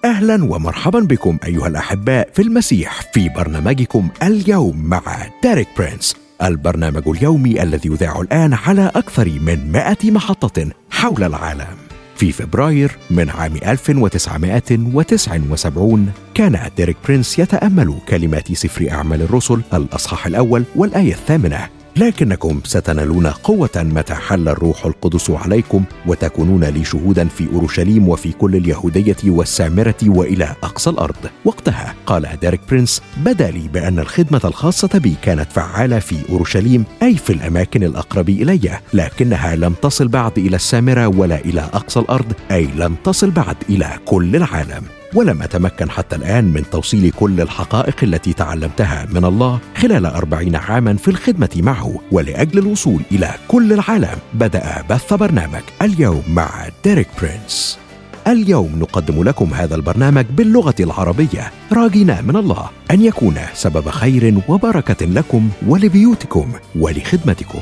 أهلا ومرحبا بكم أيها الأحباء في المسيح في برنامجكم اليوم مع ديريك برينس، البرنامج اليومي الذي يذاع الآن على أكثر من 100 محطة حول العالم. في فبراير من عام 1979 كان ديريك برينس يتأمل كلمات سفر أعمال الرسل الأصحاح الأول والآية 8: لكنكم ستنالون قوة متى حل الروح القدس عليكم وتكونون لي شهودا في أورشليم وفي كل اليهودية والسامرة وإلى أقصى الأرض. وقتها قال ديريك برينس: بدا لي بأن الخدمة الخاصة بي كانت فعالة في أورشليم، أي في الأماكن الأقرب إلي، لكنها لم تصل بعد إلى السامرة ولا إلى أقصى الأرض، أي لم تصل بعد إلى كل العالم. ولم أتمكن حتى الآن من توصيل كل الحقائق التي تعلمتها من الله خلال 40 عاما في الخدمة معه، ولأجل الوصول إلى كل العالم بدأ بث برنامج اليوم مع ديريك برينس. اليوم نقدم لكم هذا البرنامج باللغة العربية، راجين من الله أن يكون سبب خير وبركة لكم ولبيوتكم ولخدمتكم.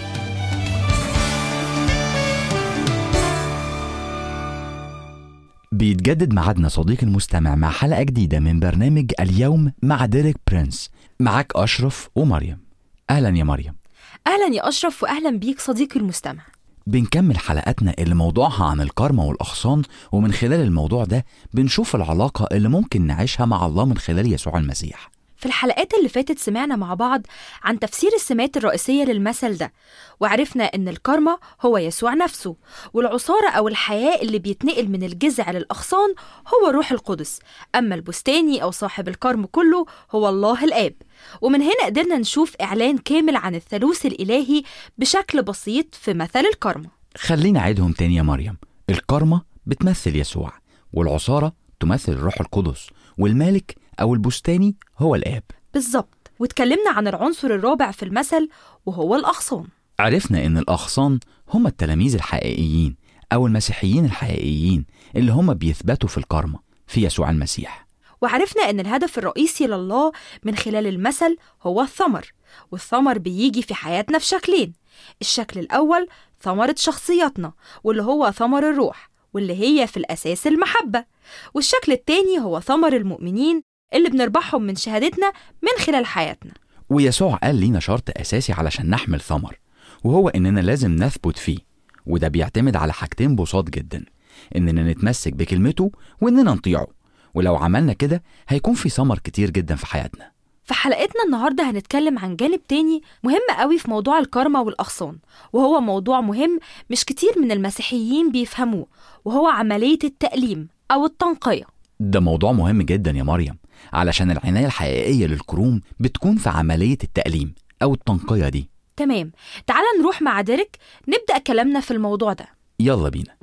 بيتجدد معادنا صديقي المستمع مع حلقة جديدة من برنامج اليوم مع ديريك برينس. معك أشرف ومريم. أهلا يا مريم. أهلا يا أشرف، وأهلا بيك صديقي المستمع. بنكمل حلقاتنا اللي موضوعها عن الكارما والأغصان، ومن خلال الموضوع ده بنشوف العلاقة اللي ممكن نعيشها مع الله من خلال يسوع المسيح. في الحلقات اللي فاتت سمعنا مع بعض عن تفسير السمات الرئيسية للمثل ده، وعرفنا إن الكارما هو يسوع نفسه، والعصارة أو الحياة اللي بيتنقل من الجذع للأغصان هو روح القدس، أما البستاني أو صاحب الكرم كله هو الله الآب. ومن هنا قدرنا نشوف إعلان كامل عن الثالوث الإلهي بشكل بسيط في مثل الكارما. خلينا أعيدهم تاني يا مريم. الكارما بتمثل يسوع، والعصارة تمثل الروح القدس، والمالك أو البستاني هو الآب. بالظبط. واتكلمنا عن العنصر الرابع في المثل وهو الأغصان. عرفنا إن الأغصان هم التلاميذ الحقيقيين أو المسيحيين الحقيقيين اللي هم بيثبتوا في الكارما في يسوع المسيح. وعرفنا إن الهدف الرئيسي لله من خلال المثل هو الثمر، والثمر بيجي في حياتنا في شكلين. الشكل الأول ثمرة شخصياتنا، واللي هو ثمر الروح، واللي هي في الأساس المحبة. والشكل التاني هو ثمر المؤمنين اللي بنربحهم من شهادتنا من خلال حياتنا. ويسوع قال لينا شرط أساسي علشان نحمل ثمر، وهو إننا لازم نثبت فيه، وده بيعتمد على حاجتين بساط جدا: إننا نتمسك بكلمته وإننا نطيعه. ولو عملنا كده هيكون في ثمر كتير جدا في حياتنا. في حلقتنا النهاردة هنتكلم عن جانب تاني مهم قوي في موضوع الكارما والأغصان، وهو موضوع مهم مش كتير من المسيحيين بيفهموه، وهو عملية التأليم أو التنقية. ده موضوع مهم جدا يا مريم، علشان العناية الحقيقية للكروم بتكون في عملية التأليم أو التنقية دي. تمام، تعال نروح مع ديريك نبدأ كلامنا في الموضوع ده. يلا بينا.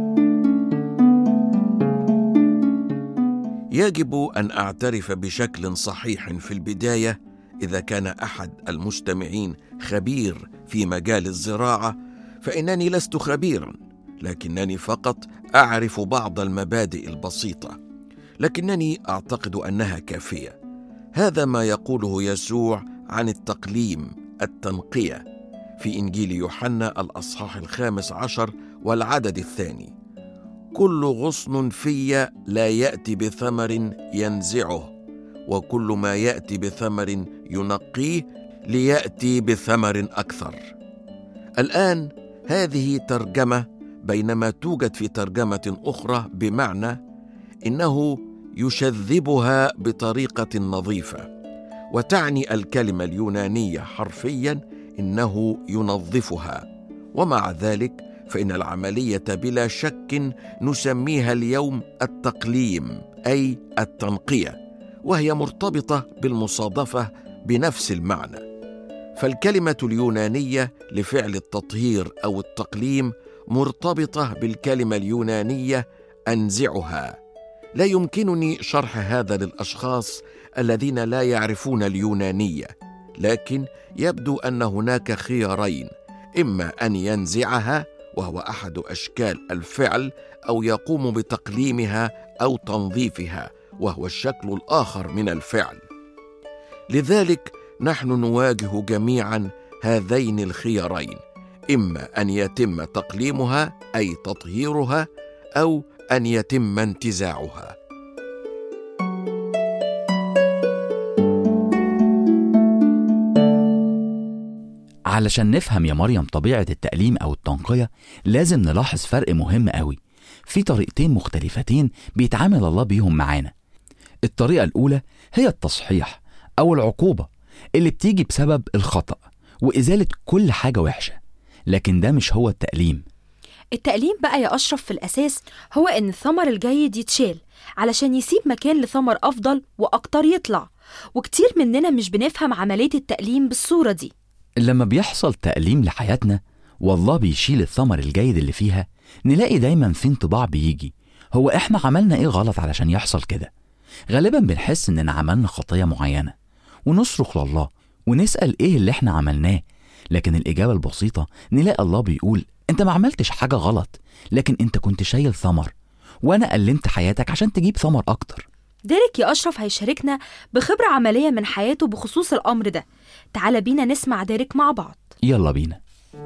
يجب أن أعترف بشكل صحيح في البداية، إذا كان أحد المستمعين خبير في مجال الزراعة، فإنني لست خبيراً، لكنني فقط أعرف بعض المبادئ البسيطة، لكنني أعتقد أنها كافية. هذا ما يقوله يسوع عن التقليم، التنقية، في إنجيل يوحنا الأصحاح 15 والعدد 2: كل غصن في لا يأتي بثمر ينزعه، وكل ما يأتي بثمر ينقيه ليأتي بثمر أكثر. الآن هذه ترجمة، بينما توجد في ترجمة أخرى بمعنى إنه يشذبها بطريقة نظيفة، وتعني الكلمة اليونانية حرفياً إنه ينظفها. ومع ذلك فإن العملية بلا شك نسميها اليوم التقليم، أي التنقية، وهي مرتبطة بالمصادفة بنفس المعنى. فالكلمة اليونانية لفعل التطهير أو التقليم مرتبطة بالكلمة اليونانية أنزعها. لا يمكنني شرح هذا للأشخاص الذين لا يعرفون اليونانية، لكن يبدو أن هناك خيارين: إما أن ينزعها، وهو أحد أشكال الفعل، أو يقوم بتقليمها أو تنظيفها، وهو الشكل الآخر من الفعل. لذلك نحن نواجه جميعا هذين الخيارين: إما أن يتم تقليمها أي تطهيرها، أو أن يتم انتزاعها. علشان نفهم يا مريم طبيعة التأليم أو التنقية لازم نلاحظ فرق مهم قوي. في طريقتين مختلفتين بيتعامل الله بيهم معانا. الطريقة الأولى هي التصحيح أو العقوبة اللي بتيجي بسبب الخطأ وإزالة كل حاجة وحشة، لكن ده مش هو التأليم. التأليم بقى يا أشرف في الأساس هو إن الثمر الجيد يتشال علشان يسيب مكان لثمر أفضل وأكتر يطلع، وكتير مننا مش بنفهم عملية التأليم بالصورة دي. لما بيحصل تأليم لحياتنا والله بيشيل الثمر الجيد اللي فيها، نلاقي دايما في انطباع بيجي هو إحنا عملنا إيه غلط علشان يحصل كده. غالبا بنحس إننا عملنا خطية معينة ونصرخ لله ونسأل إيه اللي إحنا عملناه، لكن الإجابة البسيطة نلاقي الله بيقول أنت ما عملتش حاجة غلط، لكن أنت كنت شايل ثمر وأنا قلمت حياتك عشان تجيب ثمر أكتر. ديريك يا أشرف هيشاركنا بخبرة عملية من حياته بخصوص الأمر ده. تعال بينا نسمع ديريك مع بعض. يلا بينا.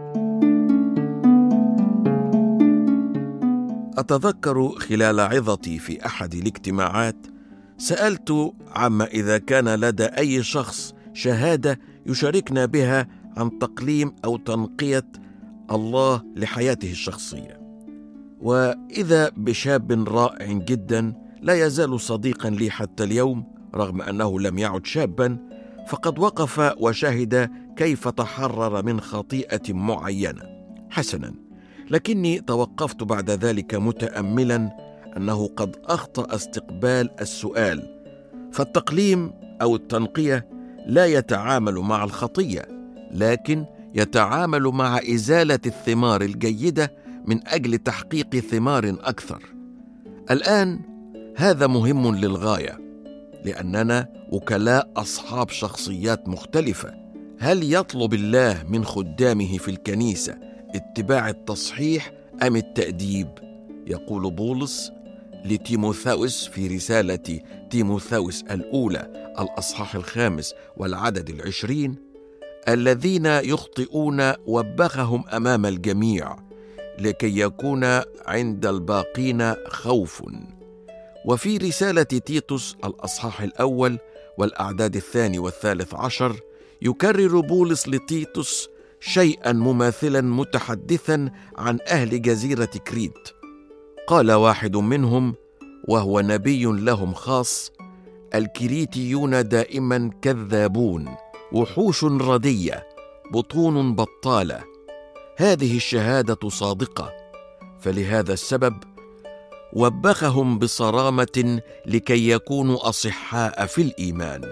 أتذكر خلال عظتي في أحد الاجتماعات سألت عما إذا كان لدى أي شخص شهادة يشاركنا بها عن تقليم أو تنقية الله لحياته الشخصية. وإذا بشاب رائع جدا لا يزال صديقا لي حتى اليوم رغم أنه لم يعد شابا، فقد وقف وشهد كيف تحرر من خطيئة معينة. حسنا، لكني توقفت بعد ذلك متأملا أنه قد أخطأ استقبال السؤال، فالتقليم أو التنقية لا يتعامل مع الخطية، لكن يتعامل مع إزالة الثمار الجيدة من أجل تحقيق ثمار أكثر. الآن هذا مهم للغاية، لأننا وكلاء أصحاب شخصيات مختلفة. هل يطلب الله من خدامه في الكنيسة اتباع التصحيح أم التأديب؟ يقول بولس لتيموثاوس في رسالة تيموثاوس الأولى الأصحاح 5 والعدد 20: الذين يخطئون وبخهم أمام الجميع لكي يكون عند الباقين خوف. وفي رسالة تيتوس الأصحاح 1 والأعداد 2 و13 يكرر بولس لتيتوس شيئا مماثلا متحدثا عن أهل جزيرة كريت. قال واحد منهم وهو نبي لهم خاص: الكريتيون دائما كذابون، وحوش ردية، بطون بطالة. هذه الشهادة صادقة، فلهذا السبب وبخهم بصرامة لكي يكونوا أصحاء في الإيمان.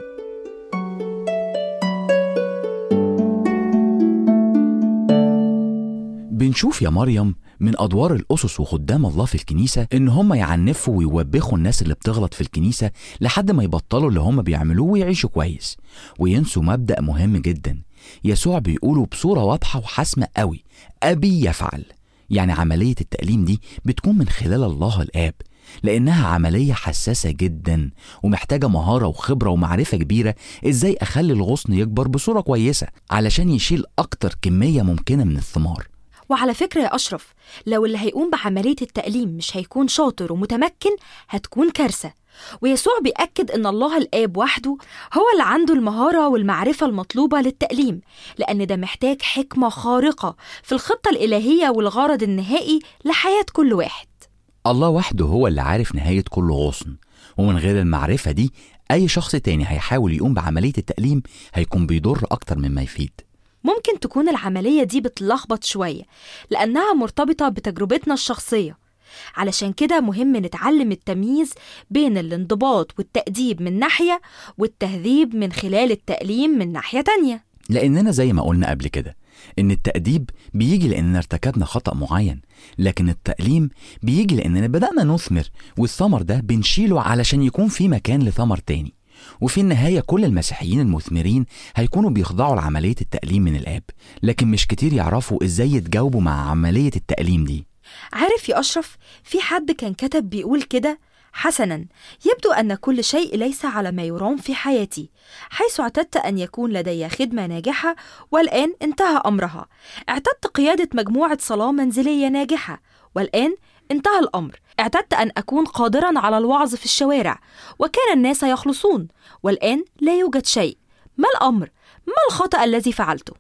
بنشوف يا مريم من أدوار الأسس وخدام الله في الكنيسة إن هم يعنفوا ويوبخوا الناس اللي بتغلط في الكنيسة لحد ما يبطلوا اللي هم بيعملوه ويعيشوا كويس، وينسوا مبدأ مهم جدا. يسوع بيقوله بصورة واضحة وحاسمة قوي: أبي يفعل. يعني عملية التأليم دي بتكون من خلال الله الآب، لأنها عملية حساسة جدا ومحتاجة مهارة وخبرة ومعرفة كبيرة إزاي أخلي الغصن يكبر بصورة كويسة علشان يشيل أكتر كمية ممكنة من الثمار. وعلى فكرة يا أشرف، لو اللي هيقوم بعملية التأليم مش هيكون شاطر ومتمكن هتكون كارثة. ويسوع بيأكد إن الله الآب وحده هو اللي عنده المهارة والمعرفة المطلوبة للتأليم، لأن ده محتاج حكمة خارقة في الخطة الإلهية والغرض النهائي لحياة كل واحد. الله وحده هو اللي عارف نهاية كل غصن، ومن غير المعرفة دي أي شخص تاني هيحاول يقوم بعملية التأليم هيكون بيضر أكتر مما يفيد. ممكن تكون العملية دي بتلخبط شوية لأنها مرتبطة بتجربتنا الشخصية، علشان كده مهم نتعلم التمييز بين الانضباط والتأديب من ناحية والتهذيب من خلال التأليم من ناحية تانية. لأننا زي ما قلنا قبل كده إن التأديب بيجي لأننا ارتكبنا خطأ معين، لكن التأليم بيجي لأننا بدأنا نثمر، والثمر ده بنشيله علشان يكون في مكان لثمر تاني. وفي النهاية كل المسيحيين المثمرين هيكونوا بيخضعوا لعملية التأليم من الآب، لكن مش كتير يعرفوا إزاي يتجاوبوا مع عملية التأليم دي. عارف يا أشرف، في حد كان كتب بيقول كده: حسناً، يبدو أن كل شيء ليس على ما يرام في حياتي، حيث اعتدت أن يكون لدي خدمة ناجحة والآن انتهى أمرها. اعتدت قيادة مجموعة صلاة منزلية ناجحة والآن انتهى الأمر. اعتدت أن أكون قادراً على الوعظ في الشوارع وكان الناس يخلصون والآن لا يوجد شيء. ما الأمر؟ ما الخطأ الذي فعلته؟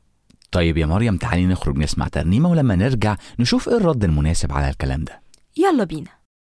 طيب يا مريم، تعالي نخرج نسمع ترنيمة، ولما نرجع نشوف ايه الرد المناسب على الكلام ده. يلا بينا.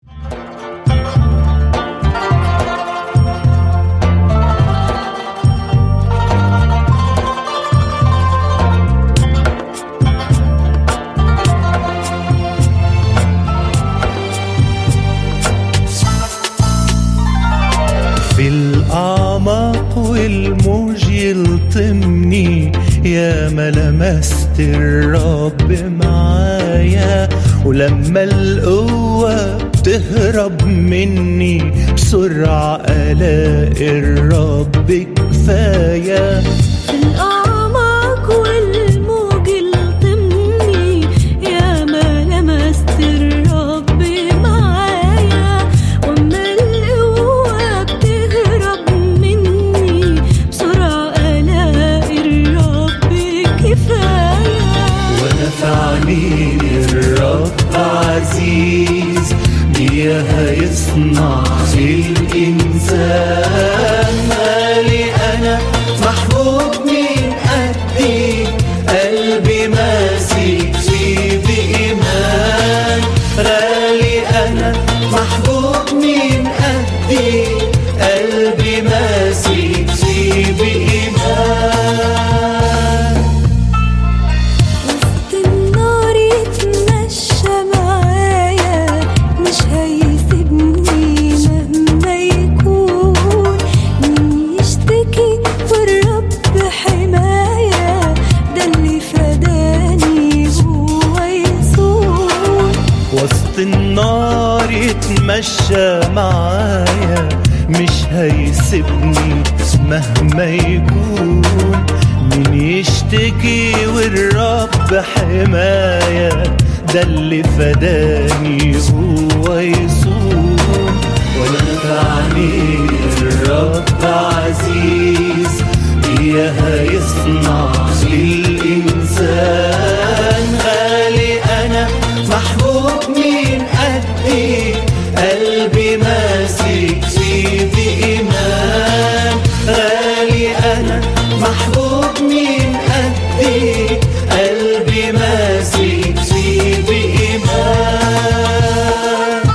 في الأعماق والموج يلطمني، يا ما لمست الرب معايا، ولما القوة بتهرب مني بسرعة ألاقي الرب كفاية. في الأعماق والموج يلطمني، يا ما لمست الرب معايا، وما القوة بتهرب مني بسرعة ألاقي الرب كفاية. ونفعني الرب عزيز، بيها يصنع الإنسان. مالي أنا محبوب من قدي، قلبي ماسك فيه بإيمان. غالي أنا محبوب من قدي، قلبي ماسك فيه بإيمان. وسط النار يتمشى معايا، مش هيسيبني مهما يكون. مين يشتكي والرب حماية، ده اللي فداني هو يسوع. وسط النار يتمشى معايا، مش هيسيبني مهما يكون. مين يشتكي والرب حماية، ده اللي فداني هو يسوع. ونفعني الرب عزيز، بيها يصنع الإنسان. غالي أنا محبوب من قدي، قلبي ماسك فيه بإيمان. غالي أنا محبوب من قدي، قلبي ماسك فيه بإيمان.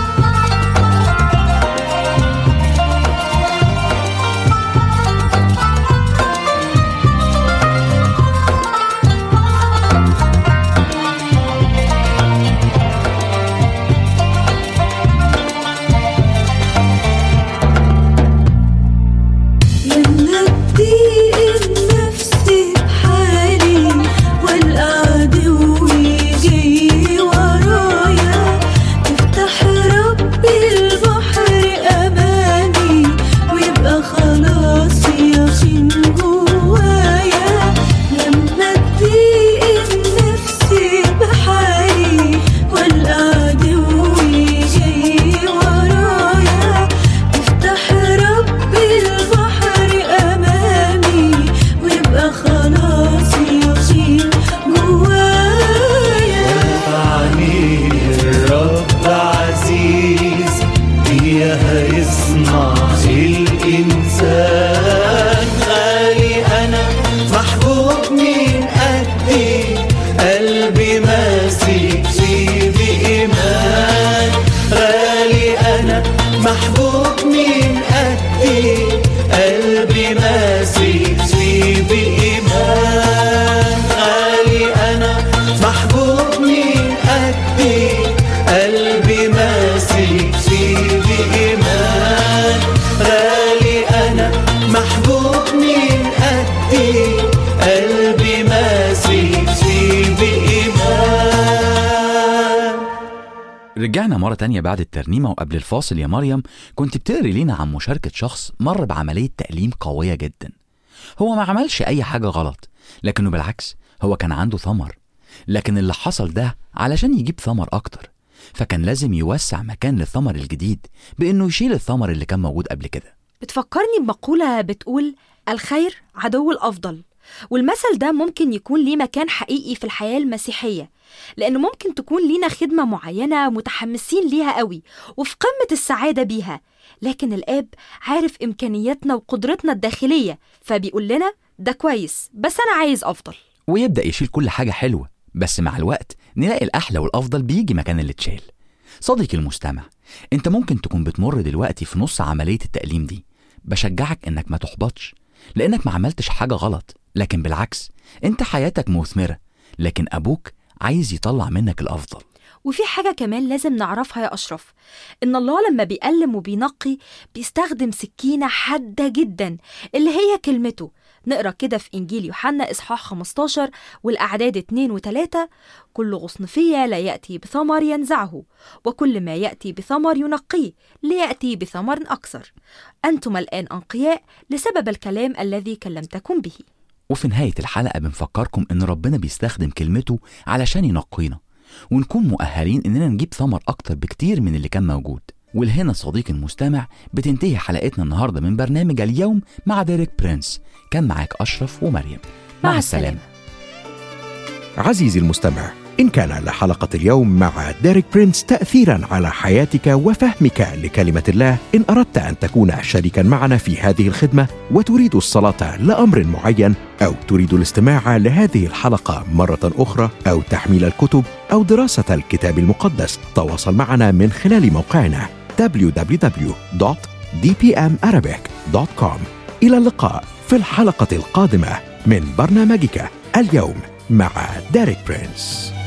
لما تضيق النفس بحالي، والعدو يجي ورايا، تفتح ربي البحر أمامي، ويبقى خلاص يقين جوايا. لما تضيق النفس بحالي، والعدو يجي ورايا، تفتح ربي البحر أمامي، ويبقى خلاص يقين جوايا. ونفعني الرب عزيز، بيها يصنع الإنسان. غالي أنا محبوب من قدي، قلبي ماسك فيه بإيمان. غالي أنا محبوب من قدي، قلبي ماسك فيه بإيمان. غالي أنا محبوب من قدي، قلبي ماسك فيه بإيمان. غالي أنا محبوب من قدي، قلبي ماسك فيه بإيمان. رجعنا مرة تانية بعد الترنيمة، وقبل الفاصل يا مريم كنت بتقري لينا عن مشاركة شخص مر بعملية تأليم قوية جدا. هو ما عملش أي حاجة غلط، لكنه بالعكس هو كان عنده ثمر. لكن اللي حصل ده علشان يجيب ثمر أكتر، فكان لازم يوسع مكان للثمر الجديد بإنه يشيل الثمر اللي كان موجود قبل كده. بتفكرني بمقولة بتقول الخير عدو الأفضل، والمثل ده ممكن يكون ليه مكان حقيقي في الحياة المسيحية، لأنه ممكن تكون لينا خدمة معينة متحمسين ليها قوي وفي قمة السعادة بيها، لكن الآب عارف إمكانياتنا وقدرتنا الداخلية، فبيقول لنا ده كويس بس أنا عايز أفضل. ويبدأ يشيل كل حاجة حلوة، بس مع الوقت نلاقي الأحلى والأفضل بيجي مكان اللي اتشال. صديقي المستمع، انت ممكن تكون بتمر دلوقتي في نص عملية التأليم دي. بشجعك انك ما تحبطش، لانك ما عملتش حاجة غلط، لكن بالعكس انت حياتك مثمرة، لكن أبوك عايز يطلع منك الأفضل. وفي حاجة كمان لازم نعرفها يا أشرف، إن الله لما بيقلم وبينقي بيستخدم سكينة حادة جدا اللي هي كلمته. نقرأ كده في إنجيل يوحنا إصحاح 15 والأعداد 2 و3: كل غصن فيا لا يأتي بثمر ينزعه، وكل ما يأتي بثمر ينقيه ليأتي بثمر أكثر. أنتم الآن أنقياء لسبب الكلام الذي كلمتكم به. وفي نهاية الحلقة بنفكركم إن ربنا بيستخدم كلمته علشان ينقينا ونكون مؤهلين إننا نجيب ثمر أكتر بكتير من اللي كان موجود. ولهنا صديقي المستمع بتنتهي حلقتنا النهاردة من برنامج اليوم مع ديريك برينس. كان معاك أشرف ومريم. مع السلامة. عزيزي المستمع، إن كان لحلقة اليوم مع ديريك برينس تأثيراً على حياتك وفهمك لكلمة الله، إن أردت أن تكون شريكاً معنا في هذه الخدمة وتريد الصلاة لأمر معين، أو تريد الاستماع لهذه الحلقة مرة أخرى، أو تحميل الكتب أو دراسة الكتاب المقدس، تواصل معنا من خلال موقعنا www.dpmarabic.com. إلى اللقاء في الحلقة القادمة من برنامجك اليوم مع ديريك برينس.